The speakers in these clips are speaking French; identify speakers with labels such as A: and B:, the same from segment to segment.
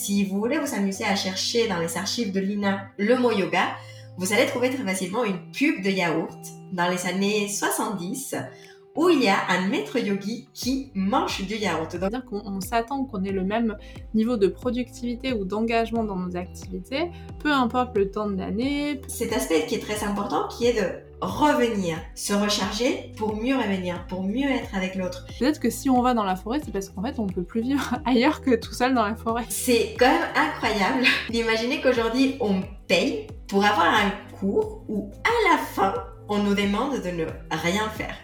A: si vous voulez vous amuser à chercher dans les archives de l'INA le mot yoga, vous allez trouver très facilement une pub de yaourt dans les années 70 où il y a un maître yogi qui mange du yaourt.
B: C'est-à-dire qu'on s'attend qu'on ait le même niveau de productivité ou d'engagement dans nos activités, peu importe le temps de l'année.
A: Cet aspect qui est très important, qui est de revenir, se recharger pour mieux revenir, pour mieux être avec l'autre.
B: Peut-être que si on va dans la forêt, c'est parce qu'en fait on peut plus vivre ailleurs que tout seul dans la forêt.
A: C'est quand même incroyable d'imaginer qu'aujourd'hui on paye pour avoir un cours où à la fin on nous demande de ne rien faire.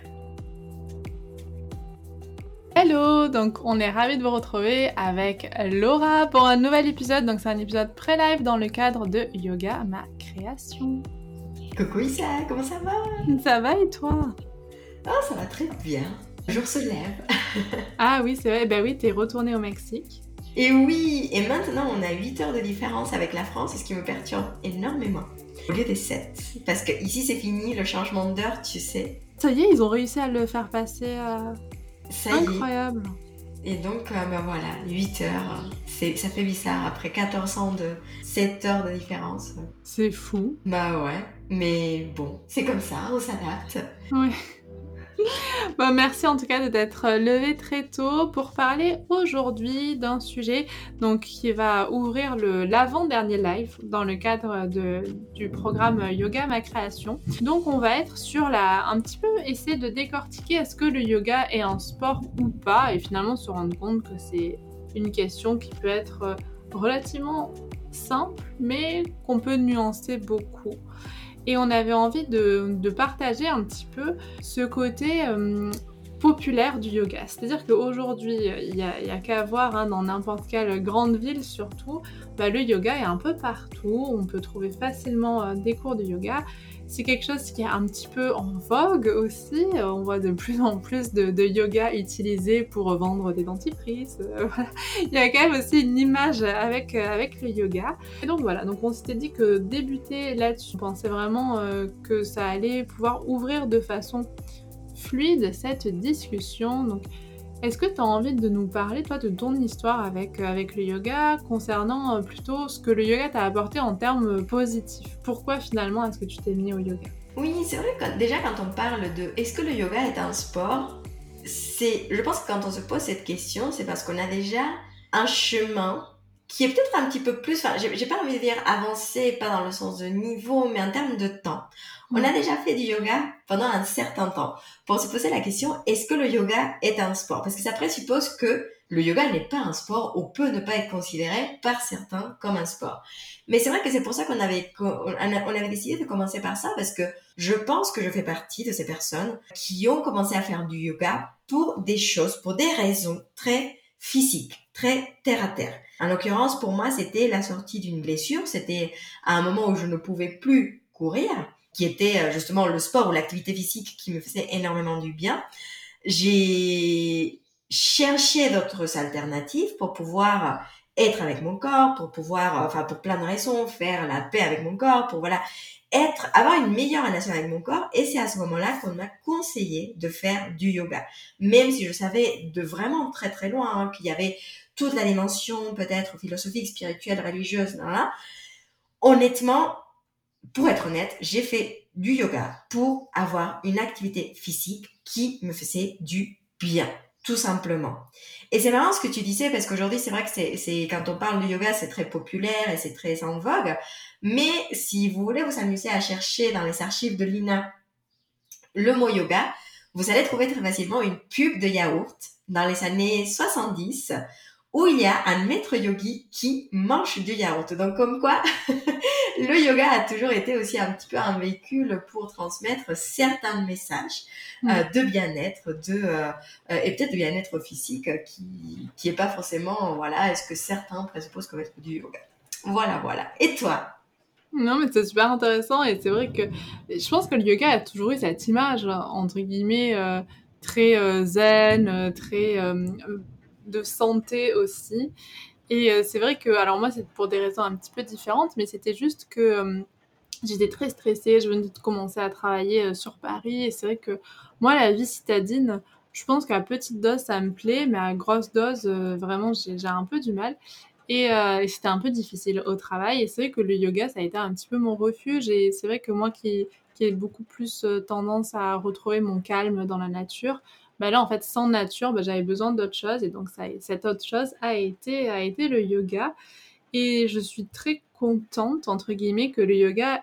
B: Hello, donc on est ravis de vous retrouver avec Laura pour un nouvel épisode. Donc c'est un épisode pré-live dans le cadre de Yoga Ma Création.
A: Coucou Issa, comment ça va?
B: Ça va et toi?
A: Oh, ça va très bien. Le jour se lève.
B: Ah oui, c'est vrai, ben oui, t'es retournée au Mexique.
A: Et oui, et maintenant on a 8 heures de différence avec la France, ce qui me perturbe énormément. Au lieu des 7. Parce que ici c'est fini, le changement d'heure, tu sais.
B: Ça y est, ils ont réussi à le faire passer
A: Ça y est.
B: incroyable.
A: Et donc, ben voilà, 8 heures, ça fait bizarre. Après 14 ans de 7 heures de différence.
B: C'est fou.
A: Bah ouais, mais bon, c'est comme ça, on s'adapte.
B: Ouais. Bon, merci en tout cas de t'être levé très tôt pour parler aujourd'hui d'un sujet donc, qui va ouvrir l'avant-dernier live dans le cadre du programme Yoga Ma Création. Donc on va être sur un petit peu essayer de décortiquer est-ce que le yoga est un sport ou pas et finalement se rendre compte que c'est une question qui peut être relativement simple mais qu'on peut nuancer beaucoup. Et on avait envie de partager un petit peu ce côté populaire du yoga. C'est-à-dire qu'aujourd'hui, il y a qu'à voir dans n'importe quelle grande ville surtout, le yoga est un peu partout, on peut trouver facilement des cours de yoga. C'est quelque chose qui est un petit peu en vogue aussi, on voit de plus en plus de yoga utilisé pour vendre des dentifrices. Voilà. Il y a quand même aussi une image avec le yoga. Et donc voilà, donc on s'était dit que débuter là-dessus, on pensait vraiment que ça allait pouvoir ouvrir de façon fluide cette discussion. Donc, est-ce que tu as envie de nous parler, toi, de ton histoire avec le yoga, concernant plutôt ce que le yoga t'a apporté en termes positifs? Pourquoi finalement est-ce que tu t'es mis au yoga?
A: Oui, c'est vrai que déjà quand on parle de est-ce que le yoga est un sport, je pense que quand on se pose cette question, c'est parce qu'on a déjà un chemin qui est peut-être un petit peu plus, j'ai pas envie de dire avancé, pas dans le sens de niveau, mais en termes de temps. On a déjà fait du yoga pendant un certain temps pour se poser la question, est-ce que le yoga est un sport? Parce que ça présuppose que le yoga n'est pas un sport ou peut ne pas être considéré par certains comme un sport. Mais c'est vrai que c'est pour ça qu'on avait décidé de commencer par ça, parce que je pense que je fais partie de ces personnes qui ont commencé à faire du yoga pour des raisons très physiques, très terre à terre. En l'occurrence, pour moi, c'était la sortie d'une blessure. C'était à un moment où je ne pouvais plus courir, qui était justement le sport ou l'activité physique qui me faisait énormément du bien. J'ai cherché d'autres alternatives pour pouvoir être avec mon corps, pour pouvoir, pour plein de raisons, faire la paix avec mon corps, pour avoir une meilleure relation avec mon corps. Et c'est à ce moment-là qu'on m'a conseillé de faire du yoga. Même si je savais de vraiment très très loin qu'il y avait toute la dimension peut-être philosophique, spirituelle, religieuse, honnêtement, pour être honnête, j'ai fait du yoga pour avoir une activité physique qui me faisait du bien, tout simplement. Et c'est marrant ce que tu disais, parce qu'aujourd'hui, c'est vrai que c'est quand on parle de yoga, c'est très populaire et c'est très en vogue. Mais si vous voulez vous amuser à chercher dans les archives de l'INA le mot yoga, vous allez trouver très facilement une pub de yaourt dans les années 70 où il y a un maître yogi qui mange du yaourt. Donc comme quoi, le yoga a toujours été aussi un petit peu un véhicule pour transmettre certains messages de bien-être, et peut-être de bien-être physique qui est pas forcément, est-ce que certains présupposent comme être du yoga. Voilà. Et toi?
B: Non, mais c'est super intéressant et c'est vrai que je pense que le yoga a toujours eu cette image, entre guillemets, très zen, très de santé aussi. Et c'est vrai que, alors moi, c'est pour des raisons un petit peu différentes, mais c'était juste que j'étais très stressée, je venais de commencer à travailler sur Paris et c'est vrai que moi, la vie citadine, je pense qu'à petite dose, ça me plaît, mais à grosse dose, vraiment, j'ai un peu du mal. Et c'était un peu difficile au travail et c'est vrai que le yoga, ça a été un petit peu mon refuge et c'est vrai que moi qui ai beaucoup plus, tendance à retrouver mon calme dans la nature, bah, là, en fait, sans nature, bah, j'avais besoin d'autre chose et donc cette autre chose a été le yoga et je suis très «contente» entre guillemets que le yoga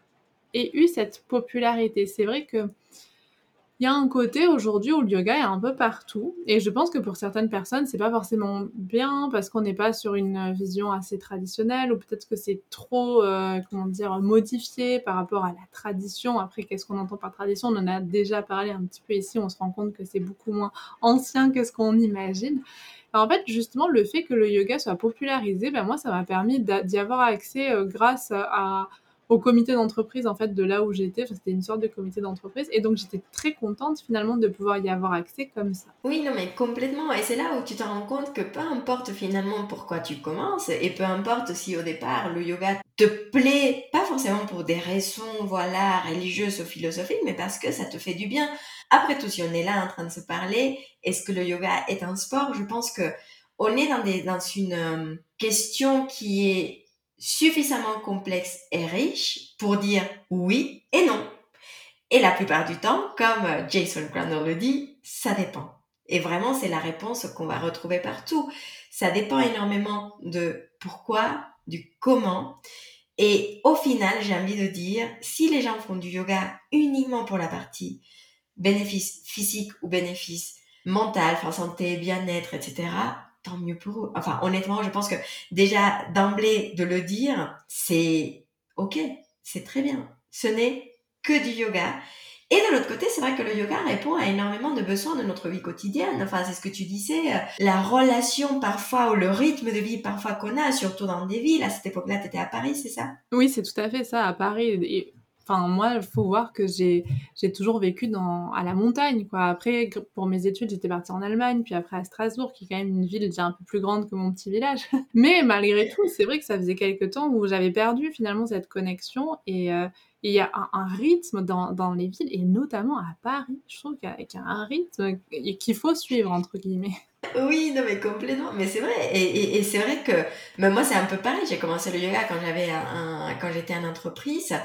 B: ait eu cette popularité. C'est vrai que il y a un côté aujourd'hui où le yoga est un peu partout et je pense que pour certaines personnes, c'est pas forcément bien parce qu'on n'est pas sur une, vision assez traditionnelle ou peut-être que c'est trop, comment dire? Modifié par rapport à la tradition. Après, qu'est-ce qu'on entend par tradition? On en a déjà parlé un petit peu ici, on se rend compte que c'est beaucoup moins ancien que ce qu'on imagine. En fait, justement, le fait que le yoga soit popularisé, bah, moi, ça m'a permis d'y avoir accès, grâce à au comité d'entreprise, en fait, de là où j'étais. Enfin, c'était une sorte de comité d'entreprise et donc j'étais très contente, finalement, de pouvoir y avoir accès comme ça.
A: Oui, non, mais complètement. Et c'est là où tu te rends compte que peu importe finalement pourquoi tu commences, et peu importe si au départ le yoga te plaît, pas forcément pour des raisons, voilà, religieuses ou philosophiques, mais parce que ça te fait du bien. Après tout, si on est là en train de se parler, est-ce que le yoga est un sport? Je pense que on est dans une question qui est suffisamment complexe et riche pour dire oui et non. Et la plupart du temps, comme Jason Crandall le dit, ça dépend. Et vraiment, c'est la réponse qu'on va retrouver partout. Ça dépend énormément de pourquoi, du comment. Et au final, j'ai envie de dire, si les gens font du yoga uniquement pour la partie bénéfice physique ou bénéfice mental, enfin santé, bien-être, etc., tant mieux pour eux. Enfin, honnêtement, je pense que déjà d'emblée de le dire, c'est ok, c'est très bien. Ce n'est que du yoga. Et de l'autre côté, c'est vrai que le yoga répond à énormément de besoins de notre vie quotidienne. Enfin, c'est ce que tu disais, la relation parfois ou le rythme de vie parfois qu'on a, surtout dans des villes. À cette époque-là, tu étais à Paris, c'est ça?
B: Oui, c'est tout à fait ça, à Paris et enfin, moi, il faut voir que j'ai toujours vécu à la montagne, quoi. Après, pour mes études, j'étais partie en Allemagne, puis après à Strasbourg, qui est quand même une ville déjà un peu plus grande que mon petit village. Mais malgré tout, c'est vrai que ça faisait quelque temps où j'avais perdu finalement cette connexion et il y a un rythme dans les villes et notamment à Paris. Je trouve qu'il y a un rythme qu'il faut suivre, entre guillemets.
A: Oui, non, mais complètement. Mais c'est vrai. Et c'est vrai que même moi, c'est un peu pareil. J'ai commencé le yoga quand quand j'étais en entreprise.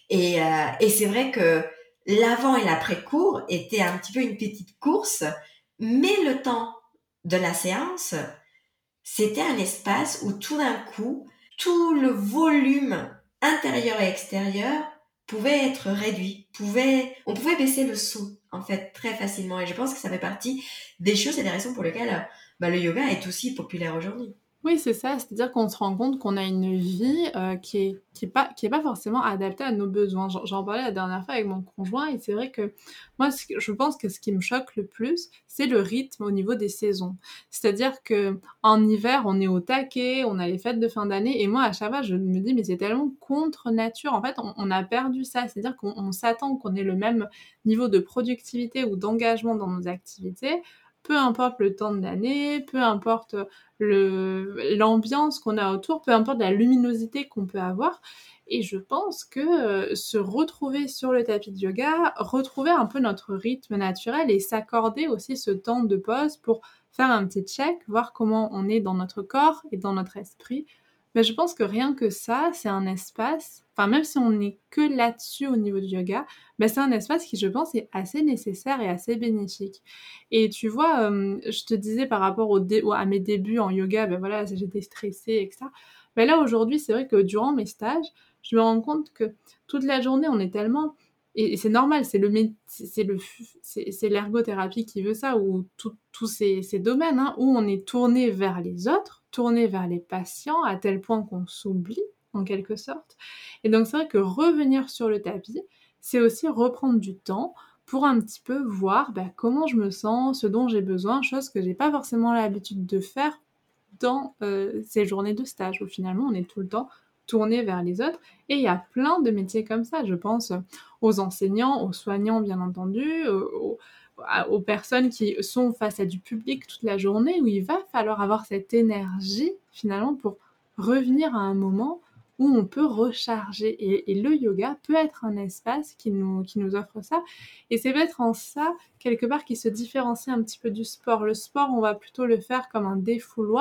A: Et c'est vrai que l'avant et l'après-cours étaient un petit peu une petite course. Mais le temps de la séance, c'était un espace où tout d'un coup, tout le volume intérieur et extérieur pouvait être réduit, on pouvait baisser le son en fait très facilement. Et je pense que ça fait partie des choses et des raisons pour lesquelles le yoga est aussi populaire aujourd'hui.
B: Oui, c'est ça, c'est-à-dire qu'on se rend compte qu'on a une vie, qui est pas forcément adaptée à nos besoins. J'en parlais la dernière fois avec mon conjoint et c'est vrai que moi, je pense que ce qui me choque le plus, c'est le rythme au niveau des saisons. C'est-à-dire qu'en hiver, on est au taquet, on a les fêtes de fin d'année et moi, à chaque fois, je me dis: «Mais c'est tellement contre nature». En fait, on a perdu ça, c'est-à-dire qu'on s'attend qu'on ait le même niveau de productivité ou d'engagement dans nos activités, peu importe le temps de l'année, peu importe, l'ambiance qu'on a autour, peu importe la luminosité qu'on peut avoir et je pense que, se retrouver sur le tapis de yoga, retrouver un peu notre rythme naturel et s'accorder aussi ce temps de pause pour faire un petit check, voir comment on est dans notre corps et dans notre esprit. Mais je pense que rien que ça, c'est un espace enfin même si on n'est que là-dessus au niveau du yoga, c'est un espace qui je pense est assez nécessaire et assez bénéfique. Et tu vois, je te disais par rapport à mes débuts en yoga, voilà, j'étais stressée et cetera. Là, aujourd'hui, c'est vrai que durant mes stages, je me rends compte que toute la journée, on est tellement et c'est normal, c'est l'ergothérapie qui veut ça ou tous ces domaines, hein, où on est tourné vers les autres, tourné vers les patients à tel point qu'on s'oublie, en quelque sorte. Et donc c'est vrai que revenir sur le tapis, c'est aussi reprendre du temps pour un petit peu voir, comment je me sens, ce dont j'ai besoin, chose que j'ai pas forcément l'habitude de faire dans, ces journées de stage où finalement on est tout le temps tourné vers les autres et il y a plein de métiers comme ça. Je pense, aux enseignants, aux soignants bien entendu, aux personnes qui sont face à du public toute la journée où il va falloir avoir cette énergie finalement pour revenir à un moment où on peut recharger et le yoga peut être un espace qui nous offre ça et c'est peut-être en ça, quelque part, qui se différencie un petit peu du sport. Le sport, on va plutôt le faire comme un défouloir,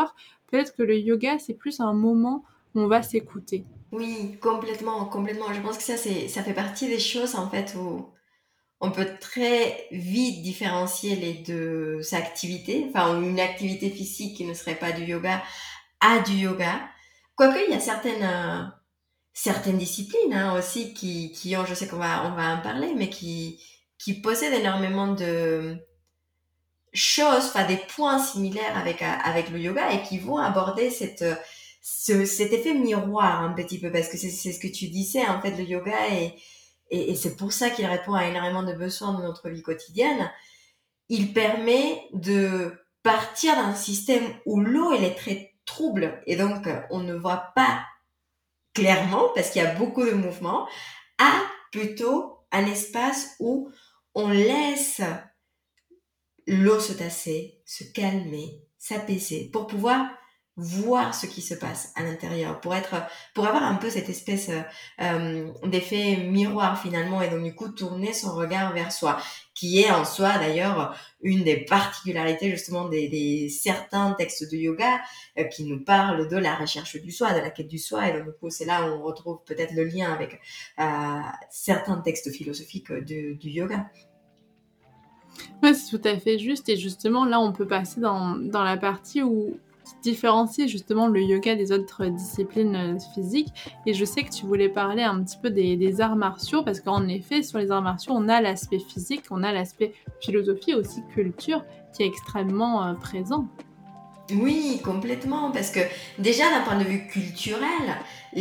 B: peut-être que le yoga, c'est plus un moment où on va s'écouter.
A: Oui, complètement, complètement. Je pense que ça fait partie des choses en fait où on peut très vite différencier les deux activités, enfin une activité physique qui ne serait pas du yoga à du yoga. Quoique il y a certaines disciplines hein, aussi qui ont, je sais on va en parler, mais qui possèdent énormément de choses, enfin des points similaires avec le yoga et qui vont aborder cet effet miroir un petit peu parce que c'est ce que tu disais en fait le yoga et c'est pour ça qu'il répond à énormément de besoins de notre vie quotidienne. Il permet de partir d'un système où l'eau elle est très trouble et donc on ne voit pas clairement parce qu'il y a beaucoup de mouvements à plutôt un espace où on laisse l'eau se tasser, se calmer, s'apaiser, pour pouvoir voir ce qui se passe à l'intérieur, pour avoir un peu cette espèce d'effet miroir finalement, et donc du coup tourner son regard vers soi, qui est en soi d'ailleurs une des particularités justement des certains textes de yoga qui nous parlent de la recherche du soi, de la quête du soi, et donc du coup c'est là où on retrouve peut-être le lien avec certains textes philosophiques du yoga.
B: Ouais, c'est tout à fait juste et justement là, on peut passer dans la partie où qui différencie justement le yoga des autres disciplines, physiques et je sais que tu voulais parler un petit peu des arts martiaux parce qu'en effet, sur les arts martiaux, on a l'aspect physique, on a l'aspect philosophie, aussi culture qui est extrêmement, présent.
A: Oui, complètement, parce que déjà d'un point de vue culturel,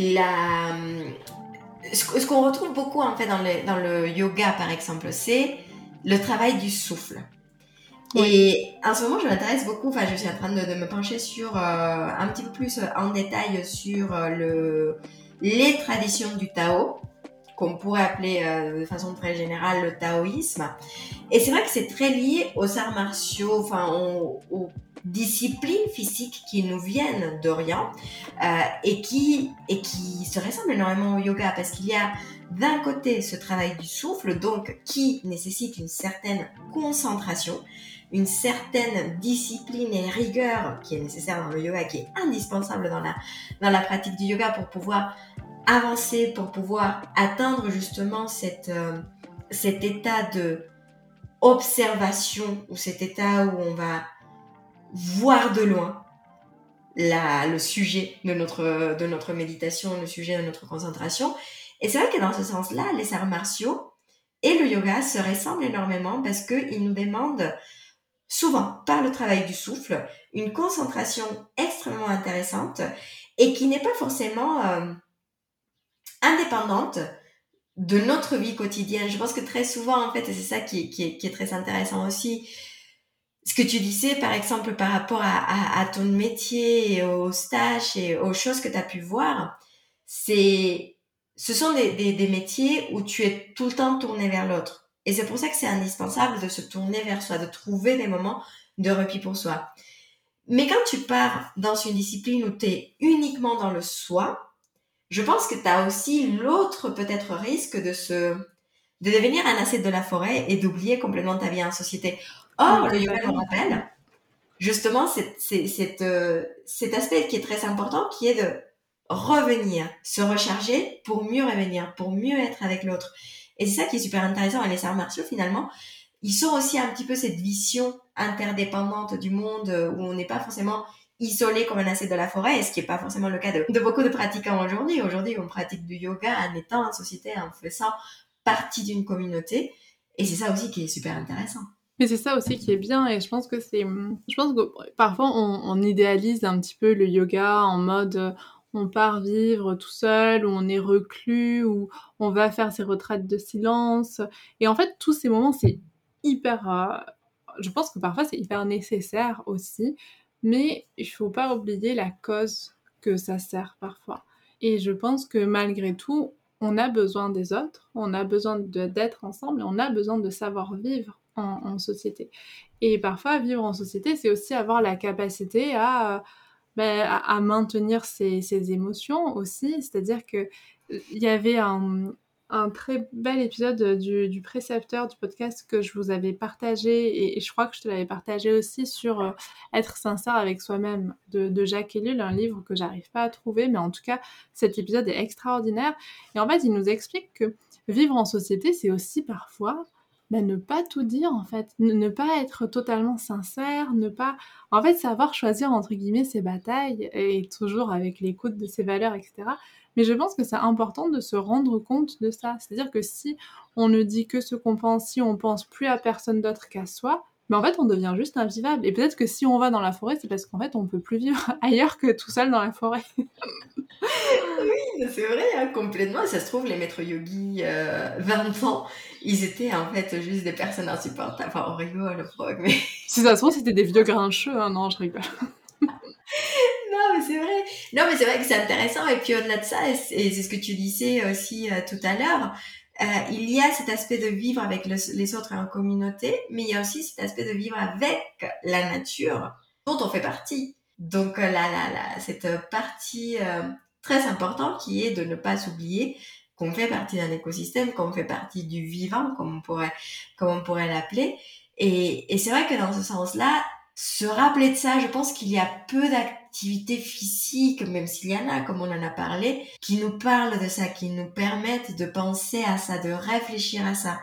A: ce qu'on retrouve beaucoup en fait dans le yoga par exemple, c'est le travail du souffle.
B: Oui.
A: Et en ce moment, je m'intéresse beaucoup, enfin je suis en train de me pencher sur un petit peu plus en détail sur les traditions du Tao, qu'on pourrait appeler de façon très générale le taoïsme. Et c'est vrai que c'est très lié aux arts martiaux, enfin aux disciplines physiques qui nous viennent d'Orient et qui se ressemblent énormément au yoga parce qu'il y a d'un côté ce travail du souffle, donc qui nécessite une certaine concentration, une certaine discipline et rigueur qui est nécessaire dans le yoga, qui est indispensable dans la pratique du yoga pour pouvoir avancer, pour pouvoir atteindre justement cet état de observation ou cet état où on va voir de loin le sujet de notre méditation, le sujet de notre concentration. Et c'est vrai que dans ce sens-là, les arts martiaux et le yoga se ressemblent énormément parce qu'ils nous demandent souvent, par le travail du souffle, une concentration extrêmement intéressante et qui n'est pas forcément indépendante de notre vie quotidienne. Je pense que très souvent, en fait, et c'est ça qui est très intéressant aussi, ce que tu disais, par exemple, par rapport à ton métier et aux stages et aux choses que tu as pu voir, ce sont des métiers où tu es tout le temps tourné vers l'autre. Et c'est pour ça que c'est indispensable de se tourner vers soi, de trouver des moments de repos pour soi. Mais quand tu pars dans une discipline où tu es uniquement dans le soi, je pense que tu as aussi l'autre peut-être risque de devenir un ascète de la forêt et d'oublier complètement ta vie en société.
B: Oui,
A: Or, le yoga nous
B: totalement.
A: rappelle justement cet aspect qui est très important, qui est de revenir, se recharger pour mieux revenir, pour mieux être avec l'autre. Et c'est ça qui est super intéressant. Et les arts martiaux, finalement, ils sont aussi un petit peu cette vision interdépendante du monde où on n'est pas forcément isolé comme un ascète de la forêt, et ce qui n'est pas forcément le cas de beaucoup de pratiquants aujourd'hui. Aujourd'hui, on pratique du yoga en étant en société, en faisant partie d'une communauté. Et c'est ça aussi qui est super intéressant.
B: Mais c'est ça aussi qui est bien et je pense que parfois on idéalise un petit peu le yoga en mode, on part vivre tout seul, ou on est reclus, ou on va faire ses retraites de silence et en fait tous ces moments c'est hyper, je pense que parfois c'est hyper nécessaire aussi, mais il faut pas oublier la cause que ça sert parfois et je pense que malgré tout, on a besoin des autres, on a besoin d'être ensemble et on a besoin de savoir vivre en société. Et parfois, vivre en société, c'est aussi avoir la capacité à maintenir ses émotions aussi. C'est-à-dire que il y avait un très bel épisode du précepteur du podcast que je vous avais partagé et je crois que je te l'avais partagé aussi sur être sincère avec soi-même de Jacques Ellul, un livre que j'arrive pas à trouver, mais en tout cas cet épisode est extraordinaire. Et en fait, il nous explique que vivre en société, c'est aussi parfois ne pas tout dire en fait, ne pas être totalement sincère, ne pas... En fait, savoir choisir entre guillemets ses batailles et toujours avec l'écoute de ses valeurs, etc. Mais je pense que c'est important de se rendre compte de ça. C'est-à-dire que si on ne dit que ce qu'on pense, si on pense plus à personne d'autre qu'à soi, mais en fait, on devient juste invivable. Et peut-être que si on va dans la forêt, c'est parce qu'en fait, on peut plus vivre ailleurs que tout seul dans la forêt.
A: Oui, c'est vrai, hein, complètement. Ça se trouve, les maîtres yogis, 20 ans, ils étaient en fait juste des personnes insupportables. Enfin, on rigole, Frog, mais...
B: Si ça se trouve, c'était des vieux grincheux. Hein. Non, je rigole.
A: Non, mais c'est vrai. Non, mais c'est vrai que c'est intéressant. Et puis au-delà de ça, et c'est ce que tu disais aussi tout à l'heure, il y a cet aspect de vivre avec les autres et en communauté, mais il y a aussi cet aspect de vivre avec la nature dont on fait partie. Donc cette partie très importante qui est de ne pas s'oublier qu'on fait partie d'un écosystème, qu'on fait partie du vivant, comme on pourrait l'appeler. Et c'est vrai que dans ce sens-là, se rappeler de ça, je pense qu'il y a peu d'activités physiques, même s'il y en a, comme on en a parlé, qui nous parlent de ça, qui nous permettent de penser à ça, de réfléchir à ça.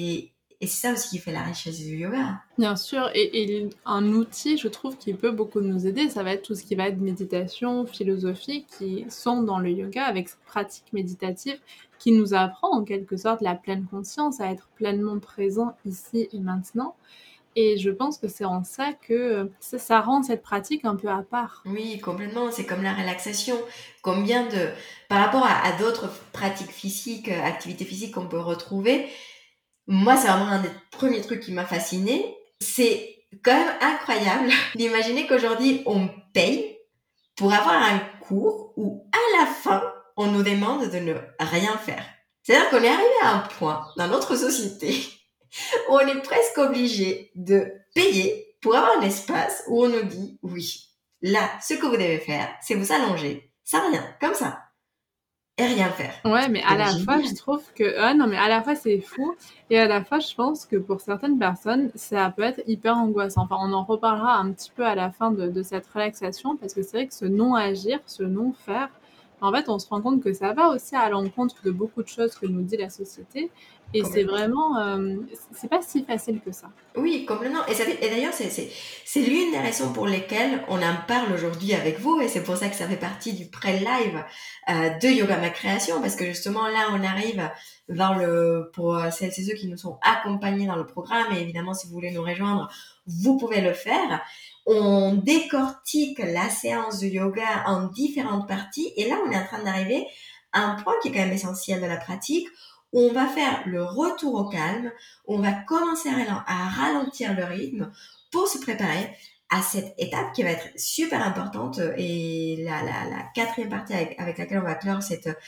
A: Et c'est ça aussi qui fait la richesse du yoga.
B: Bien sûr, et un outil, je trouve, qui peut beaucoup nous aider, ça va être tout ce qui va être méditation, philosophie, qui sont dans le yoga avec cette pratique méditative qui nous apprend en quelque sorte la pleine conscience, à être pleinement présent ici et maintenant. Et je pense que c'est en ça que ça rend cette pratique un peu à part.
A: Oui, complètement. C'est comme la relaxation. Combien de, par rapport à d'autres pratiques physiques, activités physiques qu'on peut retrouver, moi, c'est vraiment un des premiers trucs qui m'a fascinée. C'est quand même incroyable d'imaginer qu'aujourd'hui, on paye pour avoir un cours où, à la fin, on nous demande de ne rien faire. C'est-à-dire qu'on est arrivé à un point dans notre société où on est presque obligé de payer pour avoir un espace où on nous dit, oui, là, ce que vous devez faire, c'est vous allonger, sans rien, comme ça, et rien faire.
B: Ouais, mais à
A: C'est
B: la fois,
A: génial.
B: je trouve que... Ah non, mais à la fois, c'est fou. Et à la fois, je pense que pour certaines personnes, ça peut être hyper angoissant. Enfin, on en reparlera un petit peu à la fin de cette relaxation, parce que c'est vrai que ce non-agir, ce non-faire, en fait, on se rend compte que ça va aussi à l'encontre de beaucoup de choses que nous dit la société. Et c'est
A: Complètement.
B: vraiment... c'est pas si facile que ça.
A: Oui, complètement. Et d'ailleurs, c'est l'une des raisons pour lesquelles on en parle aujourd'hui avec vous, et c'est pour ça que ça fait partie du pré-live de Yoga Ma Création, parce que justement là, on arrive pour celles et ceux qui nous sont accompagnés dans le programme, et évidemment, si vous voulez nous rejoindre, vous pouvez le faire. On décortique la séance de yoga en différentes parties, et là, on est en train d'arriver à un point qui est quand même essentiel de la pratique, où on va faire le retour au calme, on va commencer à ralentir le rythme pour se préparer à cette étape qui va être super importante et la quatrième partie avec laquelle on va clore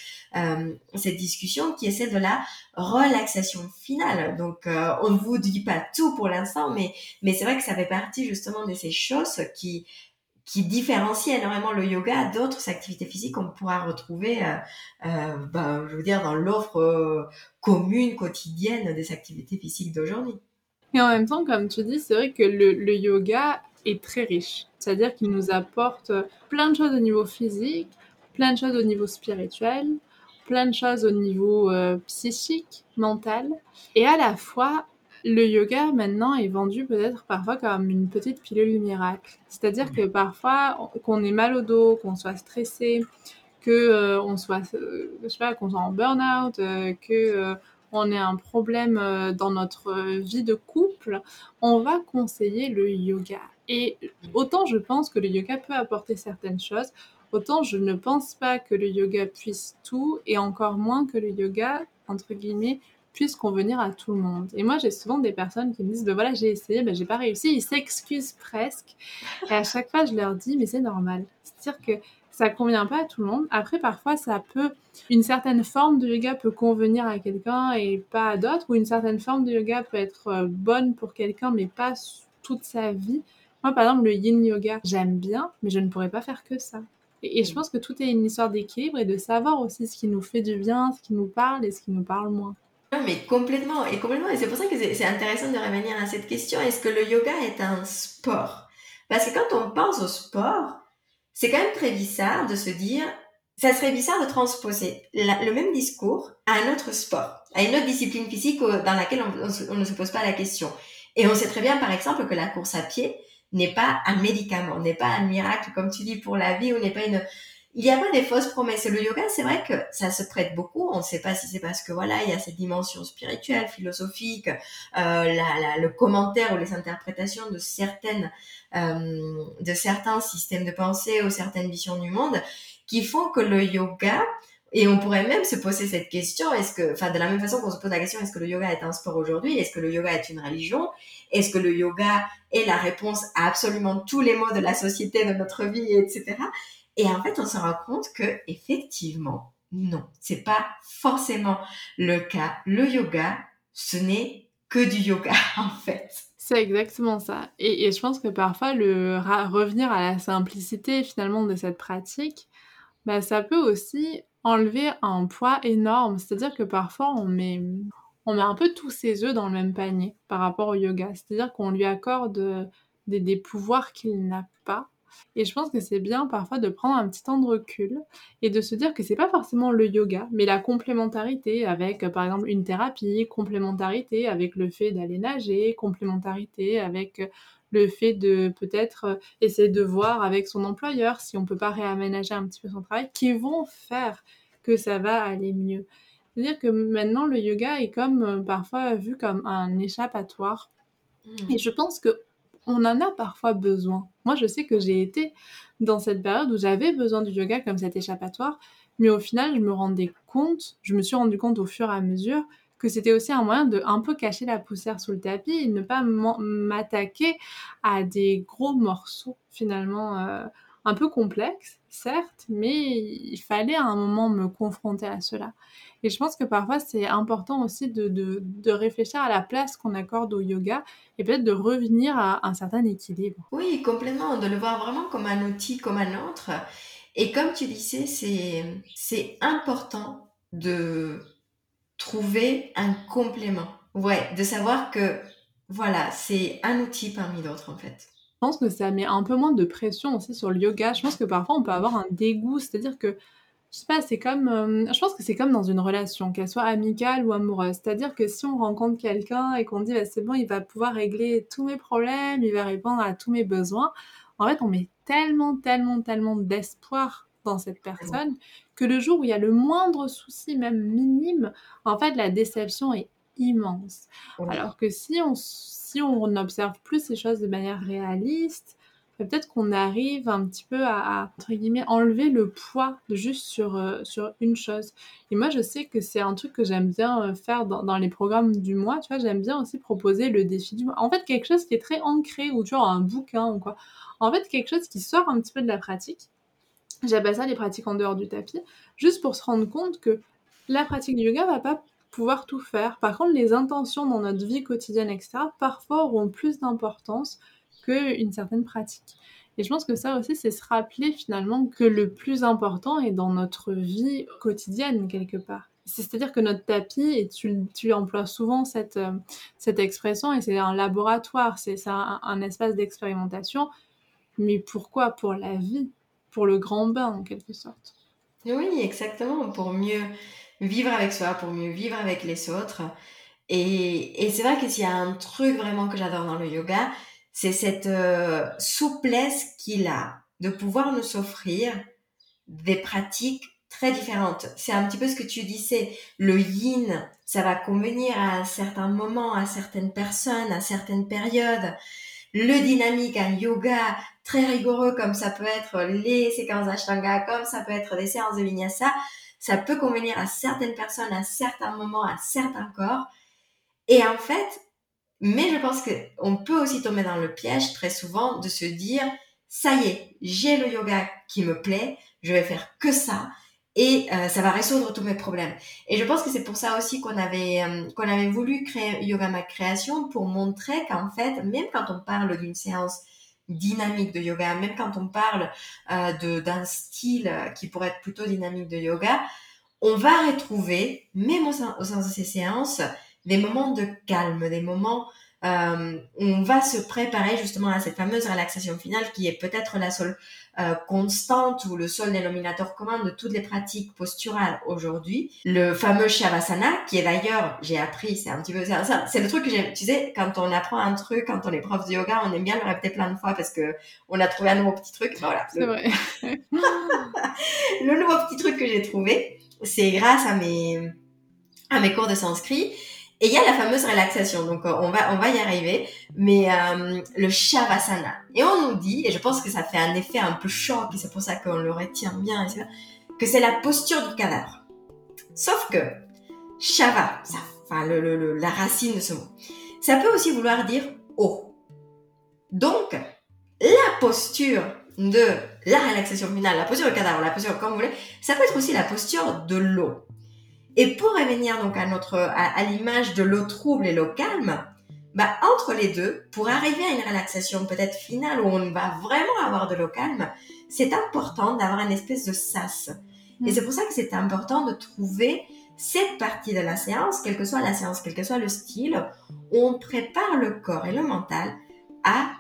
A: cette discussion qui est celle de la relaxation finale. Donc, on ne vous dit pas tout pour l'instant, mais c'est vrai que ça fait partie justement de ces choses qui différencie énormément le yoga d'autres activités physiques qu'on pourra retrouver, je veux dire, dans l'offre commune, quotidienne des activités physiques d'aujourd'hui.
B: Et en même temps, comme tu dis, c'est vrai que le yoga est très riche. C'est-à-dire qu'il nous apporte plein de choses au niveau physique, plein de choses au niveau spirituel, plein de choses au niveau psychique, mental. Et à la fois, le yoga maintenant est vendu peut-être parfois comme une petite pilule miracle. C'est-à-dire que parfois, qu'on ait mal au dos, qu'on soit stressé, que on soit, je sais pas, qu'on soit en burn-out, que on ait un problème dans notre vie de couple, on va conseiller le yoga. Et autant je pense que le yoga peut apporter certaines choses, autant je ne pense pas que le yoga puisse tout, et encore moins que le yoga, entre guillemets, puisse convenir à tout le monde. Et moi, j'ai souvent des personnes qui me disent, ben voilà, j'ai essayé, ben j'ai pas réussi, ils s'excusent presque. Et à chaque fois, je leur dis, mais c'est normal. C'est-à-dire que ça convient pas à tout le monde. Après, parfois, une certaine forme de yoga peut convenir à quelqu'un et pas à d'autres, ou une certaine forme de yoga peut être bonne pour quelqu'un, mais pas toute sa vie. Moi, par exemple, le yin yoga, j'aime bien, mais je ne pourrais pas faire que ça. Et je pense que tout est une histoire d'équilibre et de savoir aussi ce qui nous fait du bien, ce qui nous parle et ce qui nous parle moins.
A: Non, mais complètement, et complètement. Et c'est pour ça que c'est intéressant de revenir à cette question. Est-ce que le yoga est un sport? Parce que quand on pense au sport, c'est quand même très bizarre de se dire, ça serait bizarre de transposer le même discours à un autre sport, à une autre discipline physique dans laquelle on ne se pose pas la question. Et on sait très bien, par exemple, que la course à pied n'est pas un médicament, n'est pas un miracle, comme tu dis, pour la vie, ou n'est pas une... Il n'y a pas des fausses promesses. Et le yoga, c'est vrai que ça se prête beaucoup. On ne sait pas si c'est parce que voilà, il y a cette dimension spirituelle, philosophique, le commentaire ou les interprétations de certains systèmes de pensée ou certaines visions du monde qui font que le yoga, et on pourrait même se poser cette question, de la même façon qu'on se pose la question, est-ce que le yoga est un sport aujourd'hui? Est-ce que le yoga est une religion? Est-ce que le yoga est la réponse à absolument tous les maux de la société, de notre vie, etc. Et en fait, on se rend compte que, effectivement, non, c'est pas forcément le cas. Le yoga, ce n'est que du yoga, en fait.
B: C'est exactement ça. Et je pense que parfois, revenir à la simplicité finalement de cette pratique, bah, ça peut aussi enlever un poids énorme. C'est-à-dire que parfois, on met un peu tous ses œufs dans le même panier par rapport au yoga. C'est-à-dire qu'on lui accorde des pouvoirs qu'il n'a pas. Et je pense que c'est bien parfois de prendre un petit temps de recul et de se dire que c'est pas forcément le yoga, mais la complémentarité avec, par exemple, une thérapie, complémentarité avec le fait d'aller nager, complémentarité avec le fait de peut-être essayer de voir avec son employeur si on peut pas réaménager un petit peu son travail, qui vont faire que ça va aller mieux. C'est-à-dire que maintenant, le yoga est comme parfois vu comme un échappatoire. Et je pense que on en a parfois besoin. Moi, je sais que j'ai été dans cette période où j'avais besoin du yoga comme cet échappatoire, mais au final, je me suis rendu compte au fur et à mesure que c'était aussi un moyen de un peu cacher la poussière sous le tapis et ne pas m'attaquer à des gros morceaux finalement un peu complexes, certes, mais il fallait à un moment me confronter à cela. Et je pense que parfois, c'est important aussi de réfléchir à la place qu'on accorde au yoga et peut-être de revenir à un certain équilibre.
A: Oui, complètement, de le voir vraiment comme un outil, comme un autre. Et comme tu disais, c'est important de trouver un complément. Ouais, de savoir que, voilà, c'est un outil parmi d'autres, en fait.
B: Je pense que ça met un peu moins de pression aussi sur le yoga. Je pense que parfois on peut avoir un dégoût, c'est-à-dire que, je sais pas, c'est comme, je pense que c'est comme dans une relation, qu'elle soit amicale ou amoureuse. C'est-à-dire que si on rencontre quelqu'un et qu'on dit, bah, c'est bon, il va pouvoir régler tous mes problèmes, il va répondre à tous mes besoins, en fait, on met tellement, tellement, tellement d'espoir dans cette personne que le jour où il y a le moindre souci, même minime, en fait, la déception est immense.
A: Oui.
B: Alors que si on observe plus ces choses de manière réaliste, peut-être qu'on arrive un petit peu entre guillemets, enlever le poids juste sur une chose. Et moi, je sais que c'est un truc que j'aime bien faire dans les programmes du mois, tu vois, j'aime bien aussi proposer le défi du mois. En fait, quelque chose qui est très ancré, ou tu vois, un bouquin ou quoi. En fait, quelque chose qui sort un petit peu de la pratique. J'appelle ça les pratiques en dehors du tapis, juste pour se rendre compte que la pratique du yoga va pas pouvoir tout faire. Par contre, les intentions dans notre vie quotidienne, etc., parfois auront plus d'importance qu'une certaine pratique. Et je pense que ça aussi, c'est se rappeler finalement que le plus important est dans notre vie quotidienne, quelque part. C'est-à-dire que notre tapis, et tu emploies souvent cette expression, et c'est un laboratoire, c'est un espace d'expérimentation, mais pourquoi? Pour la vie, pour le grand bain en quelque sorte.
A: Oui, exactement, pour mieux vivre avec soi, pour mieux vivre avec les autres. Et c'est vrai que s'il y a un truc vraiment que j'adore dans le yoga, c'est cette souplesse qu'il a de pouvoir nous offrir des pratiques très différentes. C'est un petit peu ce que tu disais, le yin, ça va convenir à certains moments, à certaines personnes, à certaines périodes. Le dynamique, un yoga très rigoureux comme ça peut être les séquences d'Ashtanga, comme ça peut être des séances de Vinyasa, ça peut convenir à certaines personnes, à certains moments, à certains corps. Et en fait, mais je pense qu'on peut aussi tomber dans le piège très souvent de se dire, ça y est, j'ai le yoga qui me plaît, je vais faire que ça et ça va résoudre tous mes problèmes. Et je pense que c'est pour ça aussi qu'on avait voulu créer Yoga Ma Création pour montrer qu'en fait, même quand on parle d'une séance dynamique de yoga, même quand on parle d'un style qui pourrait être plutôt dynamique de yoga, on va retrouver, même au sein de ces séances, des moments de calme, des moments où on va se préparer justement à cette fameuse relaxation finale qui est peut-être la seule constante ou le seul dénominateur commun de toutes les pratiques posturales aujourd'hui. Le fameux Shavasana, qui est d'ailleurs, j'ai appris, c'est un petit peu ça, c'est le truc que j'aime. Tu sais, quand on apprend un truc, quand on est prof de yoga, on aime bien le répéter plein de fois parce que on a trouvé un nouveau petit truc. Ben voilà,
B: C'est vrai.
A: le nouveau petit truc que j'ai trouvé, c'est grâce à mes cours de sanskrit. Et il y a la fameuse relaxation, donc on va y arriver, mais le Shavasana. Et on nous dit, et je pense que ça fait un effet un peu choc, et c'est pour ça qu'on le retient bien, etc., que c'est la posture du cadavre. Sauf que Shava, ça, enfin la racine de ce mot, ça peut aussi vouloir dire haut. Donc, la posture de la relaxation finale, la posture du cadavre, la posture comme vous voulez, ça peut être aussi la posture de l'eau. Et pour revenir donc à l'image de l'eau trouble et l'eau calme, bah, entre les deux, pour arriver à une relaxation peut-être finale où on va vraiment avoir de l'eau calme, c'est important d'avoir une espèce de sas. Et c'est pour ça que c'est important de trouver cette partie de la séance, quelle que soit la séance, quel que soit le style, où on prépare le corps et le mental à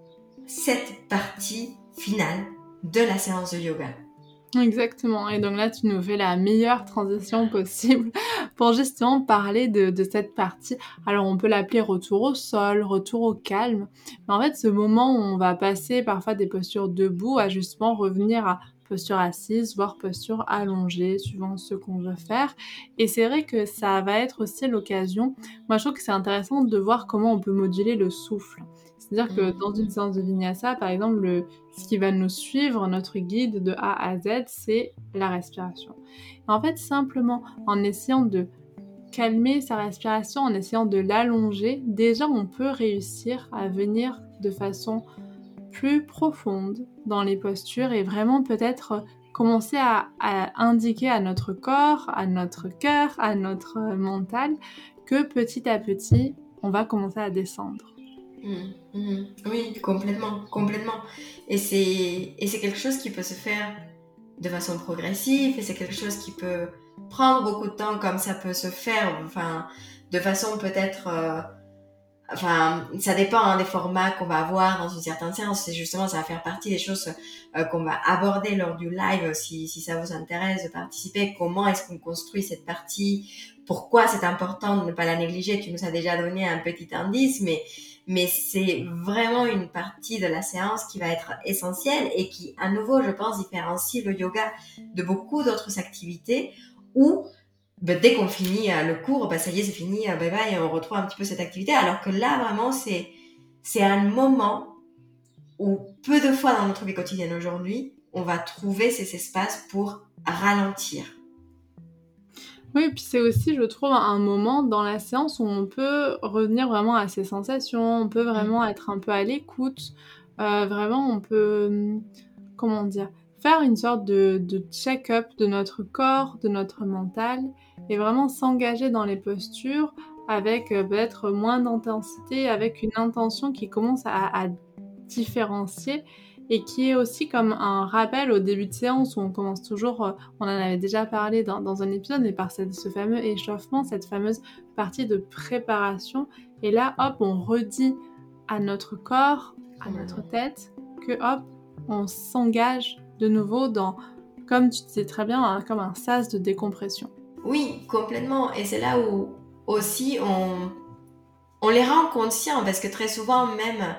A: cette partie finale de la séance de yoga.
B: Exactement. Et donc là, tu nous fais la meilleure transition possible pour justement parler de cette partie. Alors, on peut l'appeler retour au sol, retour au calme. Mais en fait, ce moment où on va passer parfois des postures debout à justement revenir à posture assise, voire posture allongée, suivant ce qu'on veut faire. Et c'est vrai que ça va être aussi l'occasion. Moi, je trouve que c'est intéressant de voir comment on peut moduler le souffle. C'est-à-dire que dans une séance de vinyasa, par exemple, ce qui va nous suivre, notre guide de A à Z, c'est la respiration. Et en fait, simplement en essayant de calmer sa respiration, en essayant de l'allonger, déjà on peut réussir à venir de façon plus profonde dans les postures et vraiment peut-être commencer à indiquer à notre corps, à notre cœur, à notre mental que petit à petit, on va commencer à descendre.
A: Oui, complètement. Et c'est quelque chose qui peut se faire de façon progressive, et c'est quelque chose qui peut prendre beaucoup de temps, comme ça peut se faire, enfin, de façon peut-être, ça dépend des formats qu'on va avoir dans une certaine séance. C'est justement, ça va faire partie des choses qu'on va aborder lors du live, si ça vous intéresse de participer. Comment est-ce qu'on construit cette partie? Pourquoi c'est important de ne pas la négliger? Tu nous as déjà donné un petit indice, mais c'est vraiment une partie de la séance qui va être essentielle et qui, à nouveau, je pense, différencie le yoga de beaucoup d'autres activités où dès qu'on finit le cours, ça y est, c'est fini, bye bye, et on retrouve un petit peu cette activité. Alors que là, vraiment, c'est un moment où peu de fois dans notre vie quotidienne aujourd'hui, on va trouver ces espaces pour ralentir.
B: Oui, puis c'est aussi, je trouve, un moment dans la séance où on peut revenir vraiment à ses sensations, on peut vraiment être un peu à l'écoute, vraiment on peut, comment dire? Faire une sorte de check-up de notre corps, de notre mental et vraiment s'engager dans les postures avec, peut-être moins d'intensité, avec une intention qui commence à différencier et qui est aussi comme un rappel au début de séance où on commence toujours, on en avait déjà parlé dans un épisode, mais par ce fameux échauffement, cette fameuse partie de préparation. Et là, hop, on redit à notre corps, à notre tête, que hop, on s'engage de nouveau dans, comme tu disais très bien, comme un sas de décompression.
A: Oui, complètement. Et c'est là où aussi on les rend conscients, parce que très souvent même,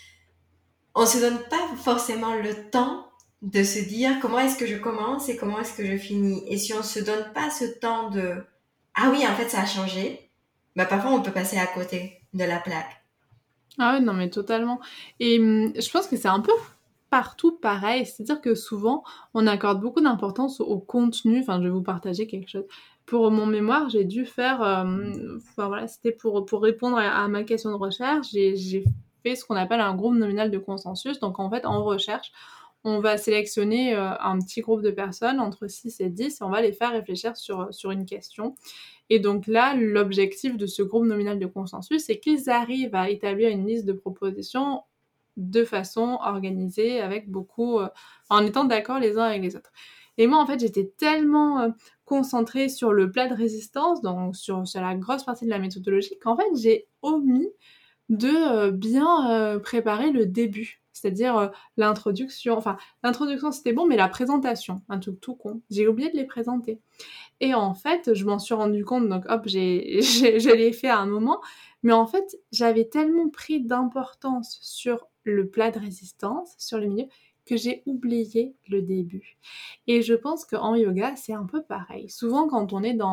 A: on se donne pas forcément le temps de se dire comment est-ce que je commence et comment est-ce que je finis. Et si on se donne pas ce temps de ah oui, en fait ça a changé, parfois on peut passer à côté de la plaque.
B: Ah oui, non mais totalement. Et je pense que c'est un peu partout pareil, c'est-à-dire que souvent on accorde beaucoup d'importance au contenu. Enfin, je vais vous partager quelque chose. Pour mon mémoire, j'ai dû faire, voilà, c'était pour répondre à ma question de recherche, j'ai fait ce qu'on appelle un groupe nominal de consensus. Donc en fait, en recherche, on va sélectionner, un petit groupe de personnes entre 6 et 10 et on va les faire réfléchir sur une question. Et donc là, l'objectif de ce groupe nominal de consensus, c'est qu'ils arrivent à établir une liste de propositions de façon organisée, avec beaucoup, en étant d'accord les uns avec les autres. Et moi, en fait, j'étais tellement concentrée sur le plat de résistance, donc sur la grosse partie de la méthodologie, qu'en fait, j'ai omis de bien préparer le début. C'est-à-dire l'introduction. Enfin, l'introduction, c'était bon, mais la présentation, un truc tout con. J'ai oublié de les présenter. Et en fait, je m'en suis rendu compte, donc hop, je l'ai fait à un moment. Mais en fait, j'avais tellement pris d'importance sur le plat de résistance, sur le milieu, que j'ai oublié le début. Et je pense qu'en yoga, c'est un peu pareil. Souvent, quand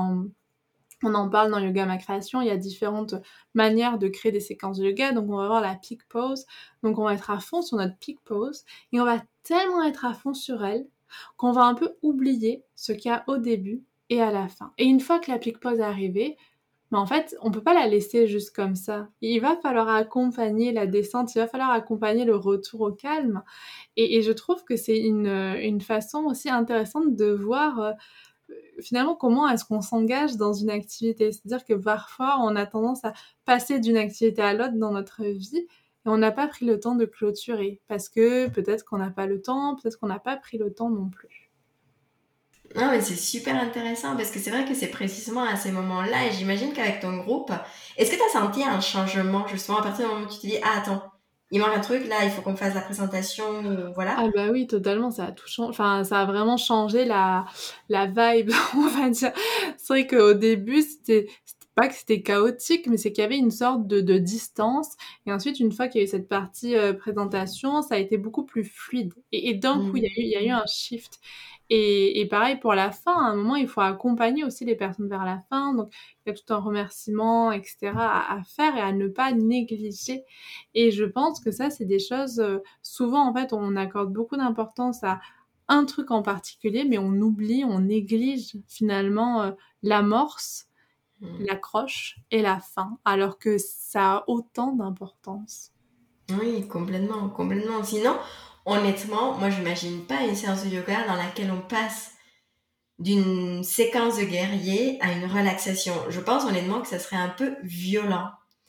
B: on en parle dans Yoga Ma Création, il y a différentes manières de créer des séquences de yoga. Donc, on va avoir la peak pose. Donc, on va être à fond sur notre peak pose. Et on va tellement être à fond sur elle qu'on va un peu oublier ce qu'il y a au début et à la fin. Et une fois que la peak pose est arrivée, mais en fait, on peut pas la laisser juste comme ça. Il va falloir accompagner la descente, il va falloir accompagner le retour au calme. Et je trouve que c'est une façon aussi intéressante de voir finalement comment est-ce qu'on s'engage dans une activité. C'est-à-dire que parfois, on a tendance à passer d'une activité à l'autre dans notre vie et on n'a pas pris le temps de clôturer parce que peut-être qu'on n'a pas le temps, peut-être qu'on n'a pas pris le temps non plus.
A: Non, mais c'est super intéressant parce que c'est vrai que c'est précisément à ces moments-là, et j'imagine qu'avec ton groupe, est-ce que tu as senti un changement justement à partir du moment où tu te dis, ah attends, il manque un truc là, il faut qu'on fasse la présentation, ou voilà.
B: Ah bah oui, totalement, ça a tout changé. Enfin, ça a vraiment changé la vibe, on va dire. C'est vrai qu'au début, c'était pas que c'était chaotique, mais c'est qu'il y avait une sorte de distance. Et ensuite, une fois qu'il y a eu cette partie présentation, ça a été beaucoup plus fluide. Et d'un coup, il y a eu un shift. Et pareil pour la fin, à un moment, il faut accompagner aussi les personnes vers la fin. Donc, il y a tout un remerciement, etc. à faire et à ne pas négliger. Et je pense que ça, c'est des choses souvent, en fait, on accorde beaucoup d'importance à un truc en particulier, mais on oublie, on néglige finalement l'amorce,
A: Mm.
B: l'accroche et la fin, alors que ça a autant d'importance.
A: Oui, complètement, complètement. Sinon, honnêtement, moi, j'imagine pas une séance de yoga dans laquelle on passe d'une séquence de guerrier à une relaxation. Je pense honnêtement que ça serait un peu violent.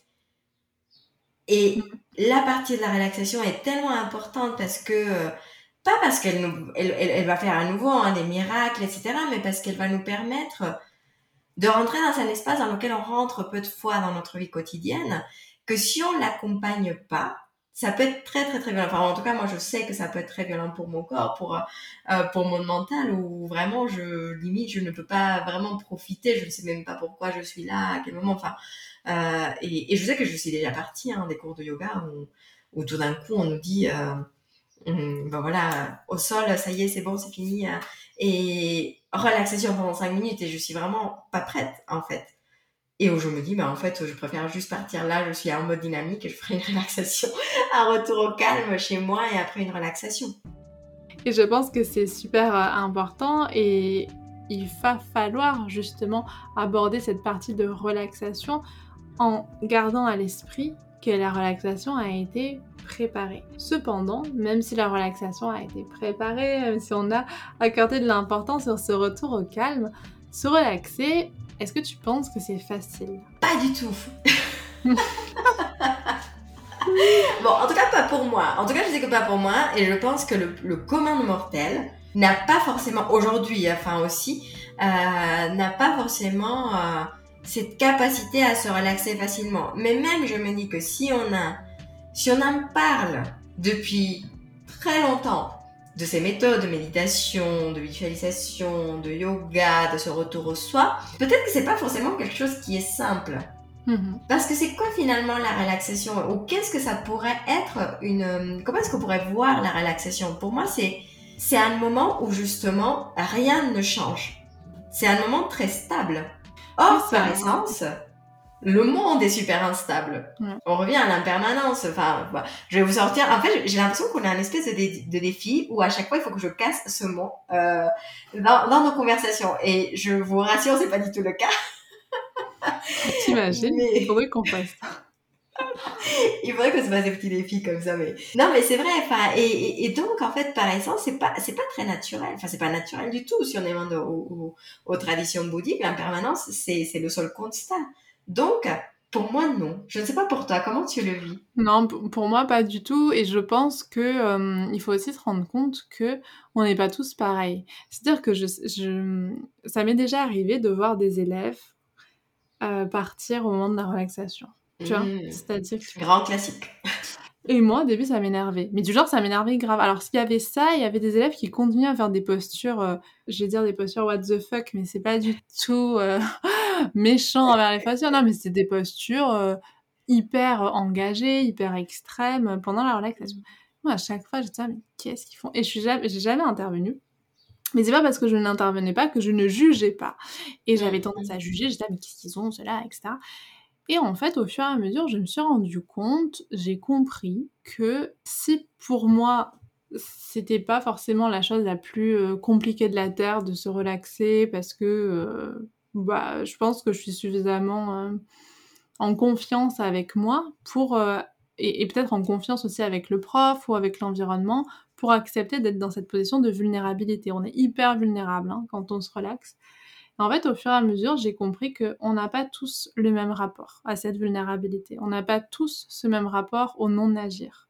A: Et la partie de la relaxation est tellement importante parce que, pas parce qu'elle va faire à nouveau hein, des miracles, etc., mais parce qu'elle va nous permettre de rentrer dans un espace dans lequel on rentre peu de fois dans notre vie quotidienne, que si on l'accompagne pas, ça peut être très très très violent. Enfin, en tout cas, moi, je sais que ça peut être très violent pour mon corps, pour mon mental, où vraiment, limite, je ne peux pas vraiment profiter. Je ne sais même pas pourquoi je suis là, à quel moment. Enfin, et je sais que je suis déjà partie hein, des cours de yoga où tout d'un coup, on nous dit, ben voilà, au sol, ça y est, c'est bon, c'est fini. Et relaxation pendant 5 minutes et je suis vraiment pas prête, en fait. Et où je me dis, bah, en fait, je préfère juste partir là, je suis en mode dynamique et je ferai une relaxation, un retour au calme chez moi et après une relaxation.
B: Et je pense que c'est super important et il va falloir justement aborder cette partie de relaxation en gardant à l'esprit que la relaxation a été préparée. Cependant, même si la relaxation a été préparée, même si on a accordé de l'importance sur ce retour au calme, se relaxer, est-ce que tu penses que c'est facile?
A: Pas du tout. Bon, en tout cas, pas pour moi. En tout cas, je sais que pas pour moi. Et je pense que le commun de mortel n'a pas forcément, aujourd'hui, enfin aussi, n'a pas forcément cette capacité à se relaxer facilement. Mais même, je me dis que si on en parle depuis très longtemps, de ces méthodes de méditation, de visualisation, de yoga, de ce retour au soi, peut-être que c'est pas forcément quelque chose qui est simple. Parce que c'est quoi finalement la relaxation? Ou qu'est-ce que ça pourrait être comment est-ce qu'on pourrait voir la relaxation? Pour moi, c'est un moment où justement rien ne change. C'est un moment très stable.
B: Oui,
A: Or,
B: ça.
A: par essence, le monde est super instable.
B: Ouais.
A: On revient à l'impermanence. Enfin, je vais vous sortir. En fait, j'ai l'impression qu'on a un espèce de défi où à chaque fois il faut que je casse ce mot dans nos conversations. Et je vous rassure, c'est pas du tout le cas.
B: T'imagines? Il
A: Mais
B: faudrait qu'on fasse ça.
A: il faudrait que se fasse des petits défis comme ça, mais non, mais c'est vrai. Enfin, et donc en fait, par essence, c'est pas très naturel. Enfin, c'est pas naturel du tout si on demande aux traditions bouddhiques. L'impermanence, c'est le seul constat. Donc, Pour moi, non. Je ne sais pas pour toi, comment tu le vis?
B: Non, pour moi, pas du tout et je pense que, il faut aussi se rendre compte qu'on n'est pas tous pareils. C'est-à-dire que ça m'est déjà arrivé de voir des élèves, partir au moment de la relaxation, tu vois?
A: Mmh.
B: C'est-à-dire que
A: Grand classique.
B: et moi, au début, ça m'énervait, mais du genre, ça m'énervait grave. Alors s'il y avait ça, il y avait des élèves qui continuaient à faire des postures, je vais dire des postures what the fuck, mais c'est pas du tout, méchant envers les patients. Non, mais c'est des postures, hyper engagées, hyper extrêmes, pendant la relaxation. Moi, à chaque fois, j'étais là: «Mais qu'est-ce qu'ils font?» et j'ai jamais intervenu. Mais c'est pas parce que je n'intervenais pas que je ne jugeais pas et j'avais
A: Mmh
B: tendance
A: mh.
B: à juger. J'étais là: «Mais qu'est-ce qu'ils ont ceux-là?» et cetera. Et en fait, au fur et à mesure, je me suis rendu compte, j'ai compris que si pour moi, c'était pas forcément la chose la plus, compliquée de la terre de se relaxer parce que, bah, je pense que je suis suffisamment, en confiance avec moi pour, et peut-être en confiance aussi avec le prof ou avec l'environnement pour accepter d'être dans cette position de vulnérabilité. On est hyper vulnérable, hein, quand on se relaxe. En fait, au fur et à mesure, j'ai compris qu'on n'a pas tous le même rapport à cette vulnérabilité. On n'a pas tous ce même rapport au non-agir.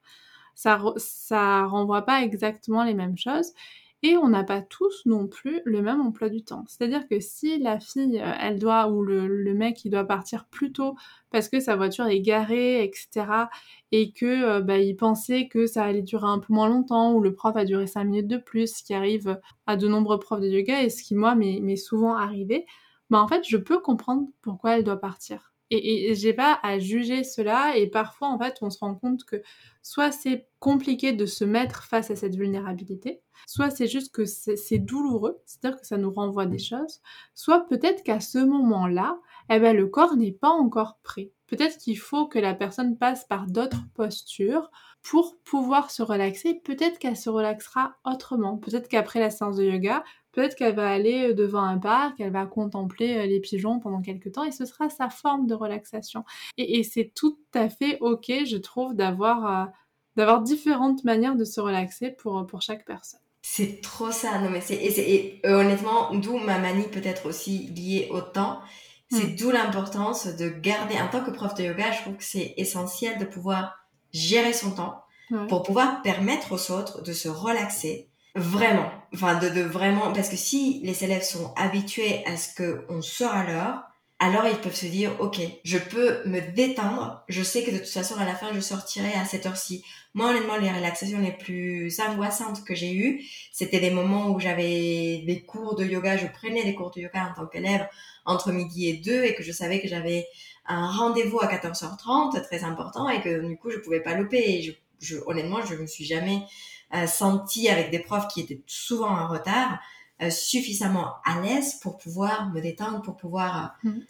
B: Ça renvoie pas exactement les mêmes choses et on n'a pas tous non plus le même emploi du temps. C'est-à-dire que si la fille, elle doit ou le mec, il doit partir plus tôt parce que sa voiture est garée et cetera et que, bah, il pensait que ça allait durer un peu moins longtemps ou le prof a duré 5 minutes de plus, ce qui arrive à de nombreux profs de yoga et ce qui moi m'est souvent arrivé, bah, en fait, je peux comprendre pourquoi elle doit partir et j'ai pas à juger cela et parfois, en fait, on se rend compte que soit c'est compliqué de se mettre face à cette vulnérabilité, soit c'est juste que c'est douloureux, c'est-à-dire que ça nous renvoie des choses, soit peut-être qu'à ce moment-là, eh ben, le corps n'est pas encore prêt. Peut-être qu'il faut que la personne passe par d'autres postures pour pouvoir se relaxer. Peut-être qu'elle se relaxera autrement. Peut-être qu'après la séance de yoga, peut-être qu'elle va aller devant un parc, elle va contempler les pigeons pendant quelque temps et ce sera sa forme de relaxation. Et c'est tout à fait OK, je trouve, d'avoir différentes manières de se relaxer pour chaque personne.
A: C'est trop ça. Non, mais honnêtement, d'où ma manie peut-être aussi liée au temps. C'est
B: Mmh.
A: d'où l'importance de garder, en tant que prof de yoga, je trouve que c'est essentiel de pouvoir gérer son temps
B: Ouais.
A: pour pouvoir permettre aux autres de se relaxer. Vraiment. Enfin, de vraiment, parce que si les élèves sont habitués à ce qu'on sort à l'heure, alors ils peuvent se dire, OK, je peux me détendre. Je sais que de toute façon, à la fin, je sortirai à cette heure-ci. Moi, honnêtement, les relaxations les plus angoissantes que j'ai eues, c'était des moments où j'avais des cours de yoga, je prenais des cours de yoga en tant qu'élève entre midi et 2 et que je savais que j'avais un rendez-vous à 14h30 très important et que du coup, je pouvais pas louper. Et honnêtement, je me suis jamais sentie avec des profs qui étaient souvent en retard, suffisamment à l'aise pour pouvoir me détendre, pour pouvoir
B: Mmh.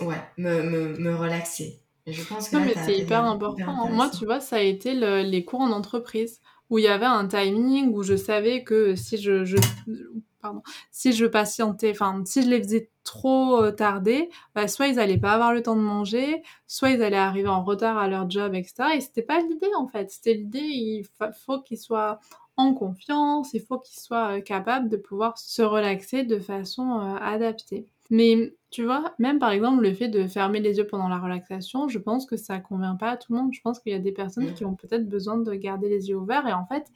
A: me relaxer. Et je pense que
B: Non,
A: là,
B: mais
A: tu as
B: c'est
A: dit un
B: hyper
A: truc hyper
B: important, hein. Moi,
A: intéressant.
B: tu vois, ça a été les cours en entreprise où il y avait un timing, où je savais que si pardon, si je patientais, enfin, si je les faisais trop, tarder, bah, soit ils allaient pas avoir le temps de manger, soit ils allaient arriver en retard à leur job et cetera et c'était pas l'idée, en fait. C'était l'idée, faut qu'ils soient en confiance, il faut qu'ils soient, capables de pouvoir se relaxer de façon, adaptée. Mais tu vois, même par exemple le fait de fermer les yeux pendant la relaxation, je pense que ça convient pas à tout le monde. Je pense qu'il y a des personnes qui ont peut-être besoin de garder les yeux ouverts et en fait,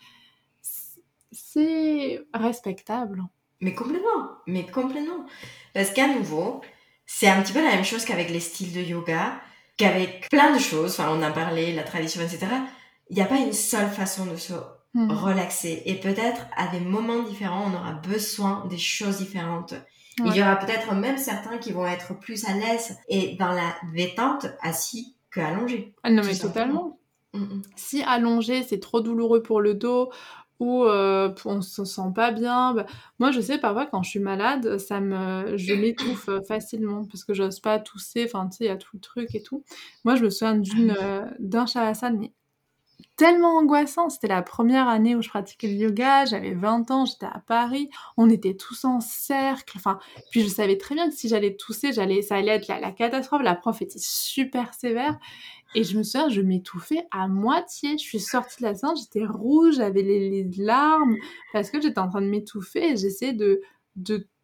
B: c'est respectable.
A: Mais complètement. Parce qu'à nouveau, c'est un petit peu la même chose qu'avec les styles de yoga, qu'avec plein de choses, enfin on a parlé, la tradition, etc. Il n'y a pas une seule façon de se
B: Mmh.
A: relaxer. Et peut-être à des moments différents, on aura besoin des choses différentes. Il y
B: Ouais.
A: aura peut-être même certains qui vont être plus à l'aise et dans la détente assis qu'allongés,
B: Ah non,
A: tout
B: mais
A: simplement.
B: totalement.
A: Mm, mm.
B: Si allongé, c'est trop douloureux pour le dos ou on se sent pas bien, bah, moi je sais parfois quand je suis malade, je m'étouffe, facilement parce que j'ose pas tousser, enfin tu sais, il y a tout le truc et tout. Moi je me souviens
A: Ah oui.
B: d'un shavasana mais tellement angoissant, c'était la première année où je pratiquais le yoga, j'avais 20 ans, j'étais à Paris, on était tous en cercle, enfin, puis je savais très bien que si j'allais tousser, ça allait être la catastrophe. La prof était super sévère et je me souviens, je m'étouffais à moitié. Je suis sortie de la séance, j'étais rouge, j'avais les larmes parce que j'étais en train de m'étouffer et j'essayais de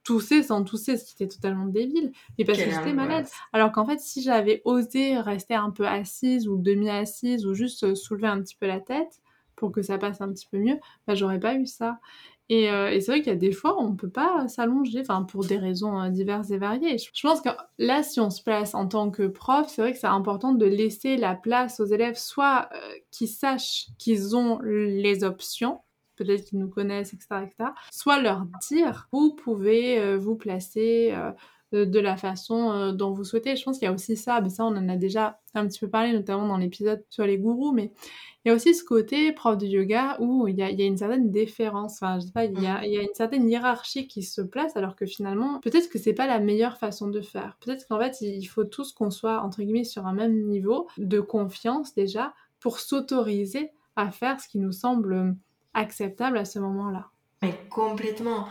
B: tousser sans tousser, ce qui était totalement débile, mais parce que
A: Quelle
B: j'étais malade.
A: angoisse.
B: Alors qu'en fait, si j'avais osé rester un peu assise ou demi-assise ou juste soulever un petit peu la tête pour que ça passe un petit peu mieux, bah, j'aurais pas eu ça. Et c'est vrai qu'il y a des fois, on peut pas s'allonger, enfin, pour des raisons diverses et variées. Je pense que là, si on se place en tant que prof, c'est vrai que c'est important de laisser la place aux élèves, soit qui sachent qu'ils ont les options, peut-être qu'ils nous connaissent, etc., soit leur dire, vous pouvez vous placer de la façon dont vous souhaitez. Je pense qu'il y a aussi ça, mais ça, on en a déjà un petit peu parlé, notamment dans l'épisode sur les gourous, mais il y a aussi ce côté prof de yoga où il y a une certaine déférence, enfin, je sais pas, il y a une certaine hiérarchie qui se place, alors que finalement, peut-être que c'est pas la meilleure façon de faire. Peut-être qu'en fait, il faut tous qu'on soit, entre guillemets, sur un même niveau de confiance déjà, pour s'autoriser à faire ce qui nous semble acceptable à ce moment-là.
A: Mais complètement.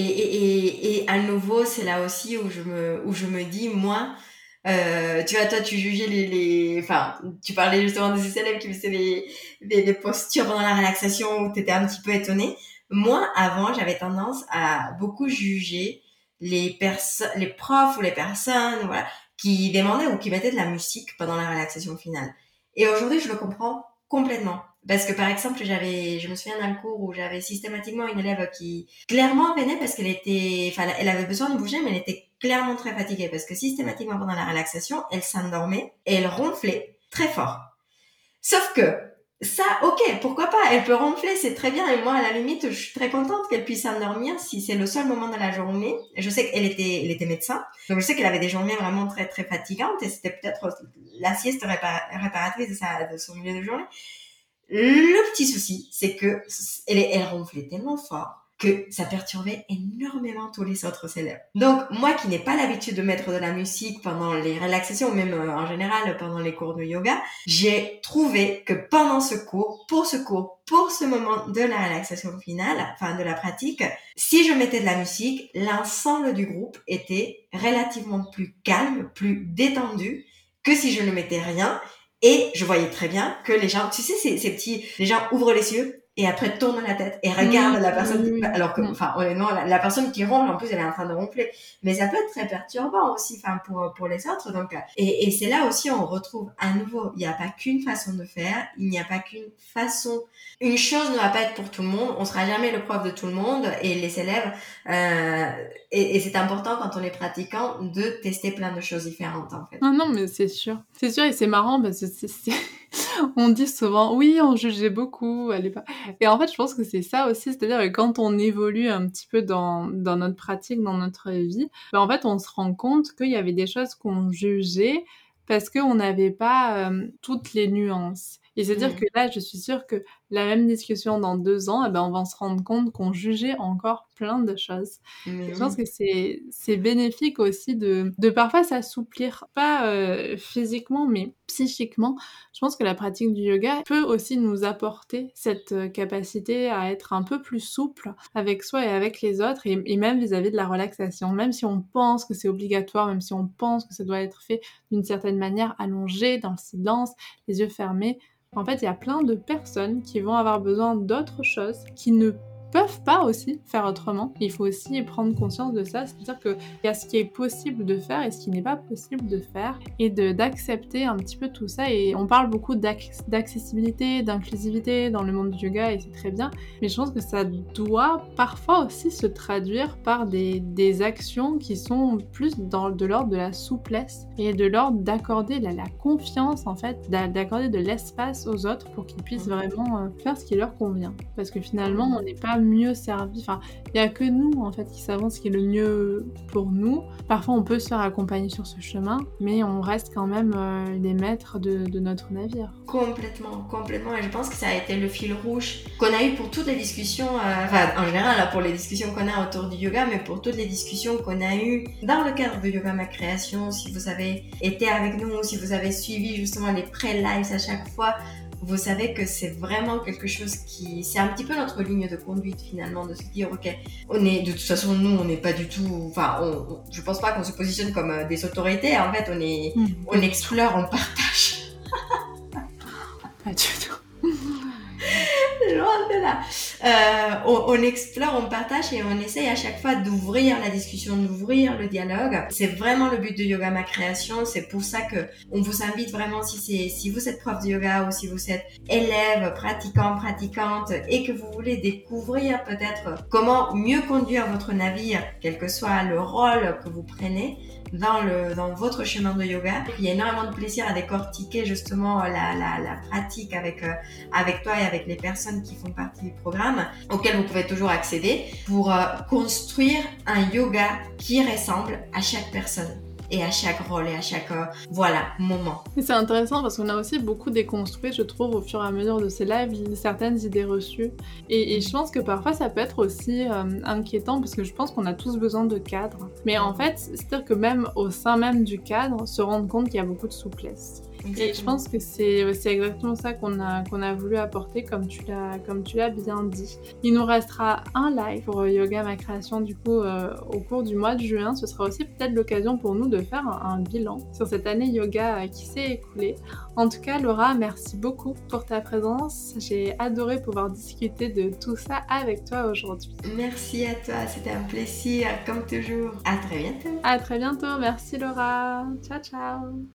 A: Et à nouveau, c'est là aussi où je me dis, moi, tu vois, toi, tu jugeais enfin, tu parlais justement de ces élèves qui faisaient des postures pendant la relaxation où t'étais un petit peu étonnée. Moi, avant, j'avais tendance à beaucoup juger les profs ou les personnes, voilà, qui demandaient ou qui mettaient de la musique pendant la relaxation finale. Et aujourd'hui, je le comprends complètement. Parce que par exemple, je me souviens d'un cours où j'avais systématiquement une élève qui clairement venait parce enfin, elle avait besoin de bouger, mais elle était clairement très fatiguée parce que systématiquement pendant la relaxation, elle s'endormait et elle ronflait très fort. Sauf que ça, ok, pourquoi pas, elle peut ronfler, c'est très bien. Et moi, à la limite, je suis très contente qu'elle puisse s'endormir si c'est le seul moment de la journée. Je sais qu'elle était médecin, donc je sais qu'elle avait des journées vraiment très très fatigantes et c'était peut-être la sieste réparatrice de son milieu de journée. Le petit souci, c'est que elle ronflait tellement fort que ça perturbait énormément tous les autres élèves. Donc, moi qui n'ai pas l'habitude de mettre de la musique pendant les relaxations, ou même en général pendant les cours de yoga, j'ai trouvé que pendant ce cours, pour ce moment de la relaxation finale, enfin de la pratique, si je mettais de la musique, l'ensemble du groupe était relativement plus calme, plus détendu que si je ne mettais rien. Et je voyais très bien que les gens, tu sais, ces petits, les gens ouvrent les yeux et après tournent la tête et regardent la personne, alors que, enfin, honnêtement, la personne qui ronfle, en plus, elle est en train de ronfler. Mais ça peut être très perturbant aussi, enfin, pour les autres. Donc, et c'est là aussi, on retrouve à nouveau, il n'y a pas qu'une façon de faire, il n'y a pas qu'une façon. Une chose ne va pas être pour tout le monde, on sera jamais le prof de tout le monde et les élèves, et c'est important quand on est pratiquant de tester plein de choses différentes, en fait.
B: Ah non, mais c'est sûr. C'est sûr et c'est marrant parce que on dit souvent, oui, on jugeait beaucoup à l'époque. Et en fait, je pense que c'est ça aussi, c'est-à-dire que quand on évolue un petit peu dans notre pratique, dans notre vie, ben en fait, on se rend compte qu'il y avait des choses qu'on jugeait parce qu'on n'avait pas toutes les nuances. Et c'est-à-dire que là, je suis sûre que la même discussion dans 2 ans, eh ben, on va se rendre compte qu'on jugeait encore plein de choses. Et je pense que c'est bénéfique aussi de parfois s'assouplir, pas physiquement, mais psychiquement. Je pense que la pratique du yoga peut aussi nous apporter cette capacité à être un peu plus souple avec soi et avec les autres, et même vis-à-vis de la relaxation. Même si on pense que c'est obligatoire, même si on pense que ça doit être fait d'une certaine manière, allongé, dans le silence, les yeux fermés, en fait, il y a plein de personnes qui vont avoir besoin d'autres choses, qui ne peuvent pas aussi faire autrement. Il faut aussi prendre conscience de ça, c'est-à-dire qu'il y a ce qui est possible de faire et ce qui n'est pas possible de faire, et d'accepter un petit peu tout ça. Et on parle beaucoup d'accessibilité, d'inclusivité dans le monde du yoga, et c'est très bien, mais je pense que ça doit parfois aussi se traduire par des actions qui sont plus de l'ordre de la souplesse et de l'ordre d'accorder la confiance, en fait, d'accorder de l'espace aux autres pour qu'ils puissent vraiment faire ce qui leur convient. Parce que finalement, on n'est pas mieux servi. Enfin, il n'y a que nous, en fait, qui savons ce qui est le mieux pour nous. Parfois, on peut se faire accompagner sur ce chemin, mais on reste quand même les maîtres de notre navire.
A: Complètement, complètement. Et je pense que ça a été le fil rouge qu'on a eu pour toutes les discussions, enfin, en général, là, pour les discussions qu'on a autour du yoga, mais pour toutes les discussions qu'on a eues dans le cadre de Yoga Ma Création. Si vous avez été avec nous, si vous avez suivi justement les pré-lives à chaque fois, vous savez que c'est vraiment quelque chose c'est un petit peu notre ligne de conduite finalement, de se dire ok, de toute façon nous on n'est pas du tout, enfin je pense pas qu'on se positionne comme des autorités, en fait on explore, on partage.
B: Pas du tout.
A: Loin de là. On explore, on partage et on essaye à chaque fois d'ouvrir la discussion, d'ouvrir le dialogue. C'est vraiment le but de Yoga Ma Création. C'est pour ça que on vous invite vraiment, si vous êtes prof de yoga ou si vous êtes élève, pratiquant, pratiquante et que vous voulez découvrir peut-être comment mieux conduire votre navire, quel que soit le rôle que vous prenez dans votre chemin de yoga. Il y a énormément de plaisir à décortiquer justement la pratique avec toi et avec les personnes qui font partie du programme, auquel vous pouvez toujours accéder pour construire un yoga qui ressemble à chaque personne et à chaque rôle et à chaque moment.
B: Et c'est intéressant parce qu'on a aussi beaucoup déconstruit, je trouve, au fur et à mesure de ces lives, certaines idées reçues. Et je pense que parfois ça peut être aussi inquiétant parce que je pense qu'on a tous besoin de cadre. Mais en fait, c'est-à-dire que même au sein même du cadre, se rendre compte qu'il y a beaucoup de souplesse. Exactement. Et je pense que c'est exactement ça qu'on a voulu apporter, comme tu l'as bien dit. Il nous restera un live pour Yoga Ma Création du coup au cours du mois de juin. Ce sera aussi peut-être l'occasion pour nous de faire un bilan sur cette année yoga qui s'est écoulée. En tout cas, Laura, merci beaucoup pour ta présence. J'ai adoré pouvoir discuter de tout ça avec toi aujourd'hui.
A: Merci à toi, c'était un plaisir comme toujours. À très bientôt.
B: À très bientôt, merci Laura. Ciao ciao.